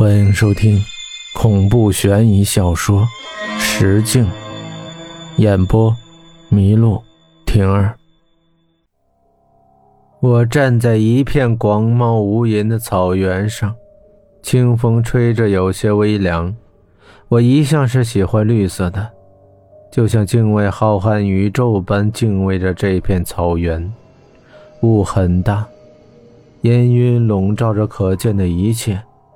欢迎收听恐怖悬疑小说《石镜》，演播麋鹿婷儿。我站在一片广袤无垠的草原上，清风吹着有些微凉。我一向是喜欢绿色的，就像敬畏浩瀚宇宙般敬畏着这片草原。雾很大，烟云笼罩着可见的一切，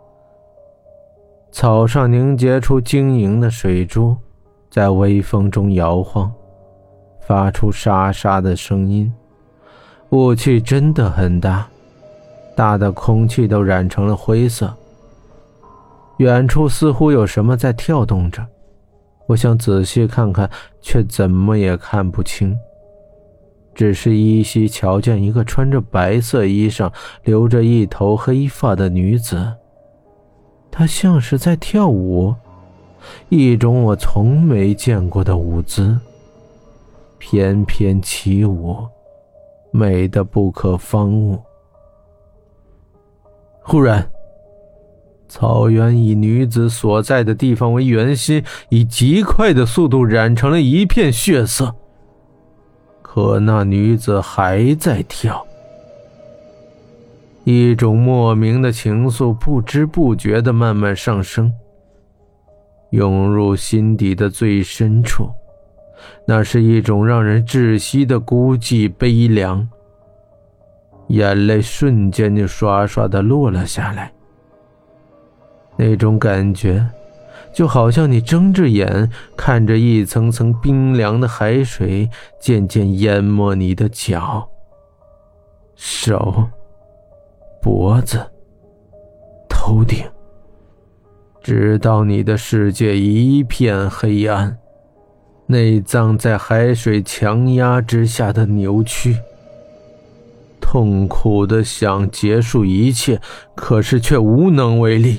草上凝结出晶莹的水珠，在微风中摇晃，发出沙沙的声音。雾气真的很大，大的空气都染成了灰色。远处似乎有什么在跳动着，我想仔细看看，却怎么也看不清。只是依稀瞧见一个穿着白色衣裳、留着一头黑发的女子，她像是在跳舞，一种我从没见过的舞姿，翩翩起舞，美得不可方物。忽然，草原以女子所在的地方为圆心，以极快的速度染成了一片血色。可那女子还在跳，一种莫名的情愫不知不觉地慢慢上升，涌入心底的最深处。那是一种让人窒息的孤寂悲凉，眼泪瞬间就刷刷地落了下来。那种感觉就好像你睁着眼看着一层层冰凉的海水渐渐淹没你的脚、手、脖子、头顶，直到你的世界一片黑暗，内脏在海水强压之下的扭曲，痛苦的想结束一切，可是却无能为力。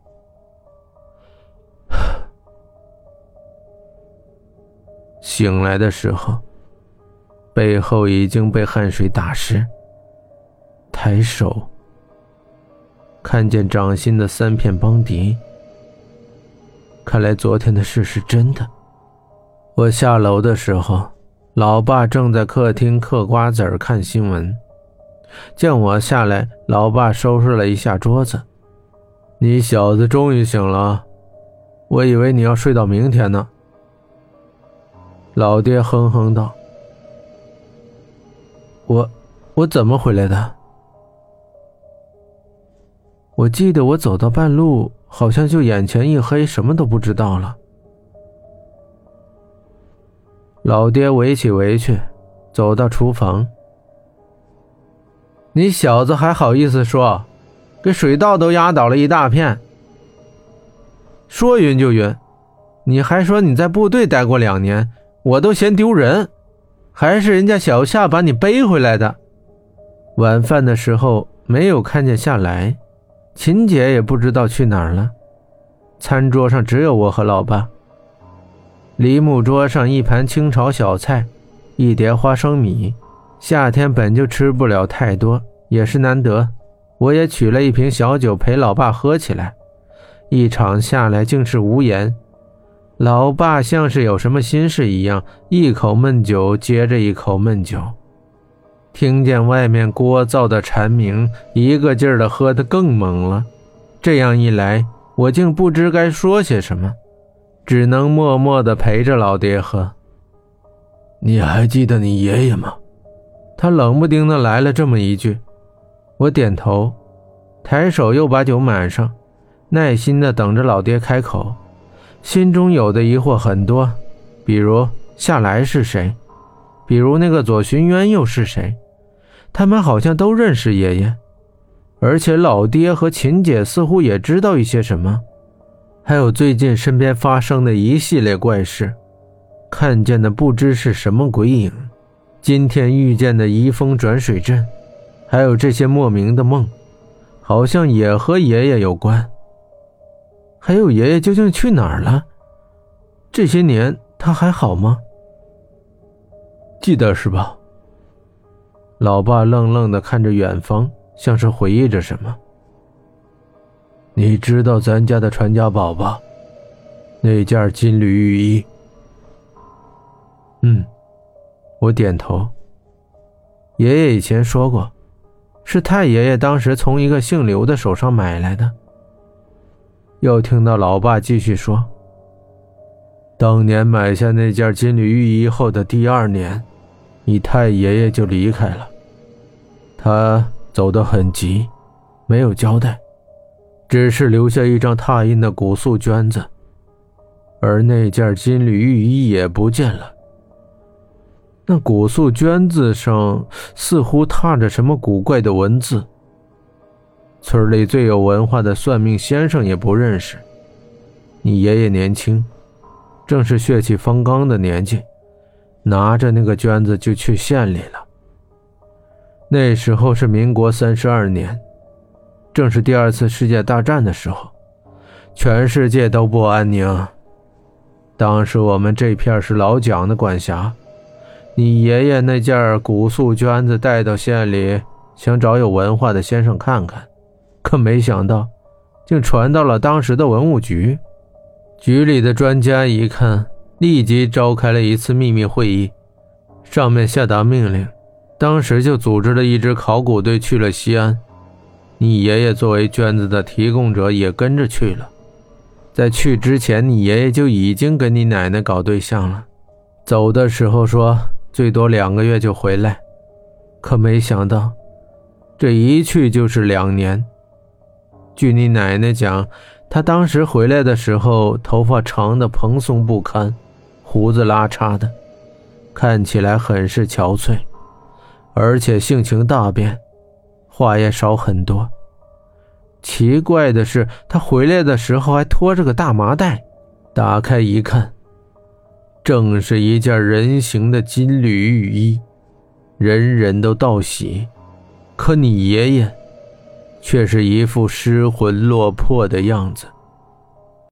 醒来的时候，背后已经被汗水打湿。抬手，看见掌心的3片邦迪。看来昨天的事是真的。我下楼的时候，老爸正在客厅嗑瓜子儿看新闻。见我下来，老爸收拾了一下桌子。你小子终于醒了，我以为你要睡到明天呢。老爹哼哼道：我怎么回来的？我记得我走到半路，好像就眼前一黑，什么都不知道了。老爹围起围裙，走到厨房。你小子还好意思说，给水稻都压倒了一大片。说晕就晕，你还说你在部队待过2年，我都嫌丢人，还是人家小夏把你背回来的。晚饭的时候没有看见夏来，秦姐也不知道去哪儿了。餐桌上只有我和老爸。梨木桌上一盘清炒小菜，一碟花生米，夏天本就吃不了太多，也是难得。我也取了一瓶小酒陪老爸喝起来，一场下来竟是无言。老爸像是有什么心事一样，一口闷酒接着一口闷酒。听见外面聒噪的蝉鸣，一个劲儿地喝得更猛了。这样一来，我竟不知该说些什么，只能默默地陪着老爹喝。你还记得你爷爷吗？他冷不丁地来了这么一句。我点头，抬手又把酒满上，耐心地等着老爹开口。心中有的疑惑很多，比如夏来是谁，比如那个左寻渊又是谁，他们好像都认识爷爷，而且老爹和秦姐似乎也知道一些什么，还有最近身边发生的一系列怪事，看见的不知是什么鬼影，今天遇见的移风转水阵，还有这些莫名的梦，好像也和爷爷有关。还有爷爷究竟去哪儿了？这些年他还好吗？记得是吧？老爸愣愣地看着远方，像是回忆着什么。 你知道咱家的传家宝吧？那件金缕玉衣。我点头。爷爷以前说过，是太爷爷当时从一个姓刘的手上买来的。又听到老爸继续说，当年买下那件金缕玉衣后的第2年，你太爷爷就离开了。他走得很急，没有交代，只是留下一张拓印的古素绢子，而那件金缕玉衣也不见了。那古素绢子上似乎踏着什么古怪的文字，村里最有文化的算命先生也不认识。你爷爷年轻，正是血气方刚的年纪，拿着那个绢子就去县里了。那时候是民国32年，正是第2次世界大战的时候，全世界都不安宁。当时我们这片是老蒋的管辖，你爷爷那件古素绢子带到县里，想找有文化的先生看看，可没想到竟传到了当时的文物局。局里的专家一看，立即召开了一次秘密会议，上面下达命令，当时就组织了一支考古队去了西安。你爷爷作为绢子的提供者也跟着去了。在去之前，你爷爷就已经跟你奶奶搞对象了，走的时候说最多2个月就回来，可没想到这一去就是2年。据你奶奶讲，她当时回来的时候头发长得蓬松不堪，胡子拉碴的，看起来很是憔悴，而且性情大变，话也少很多。奇怪的是，她回来的时候还拖着个大麻袋，打开一看，正是一件人形的金缕玉衣，人人都道喜，可你爷爷却是一副失魂落魄的样子。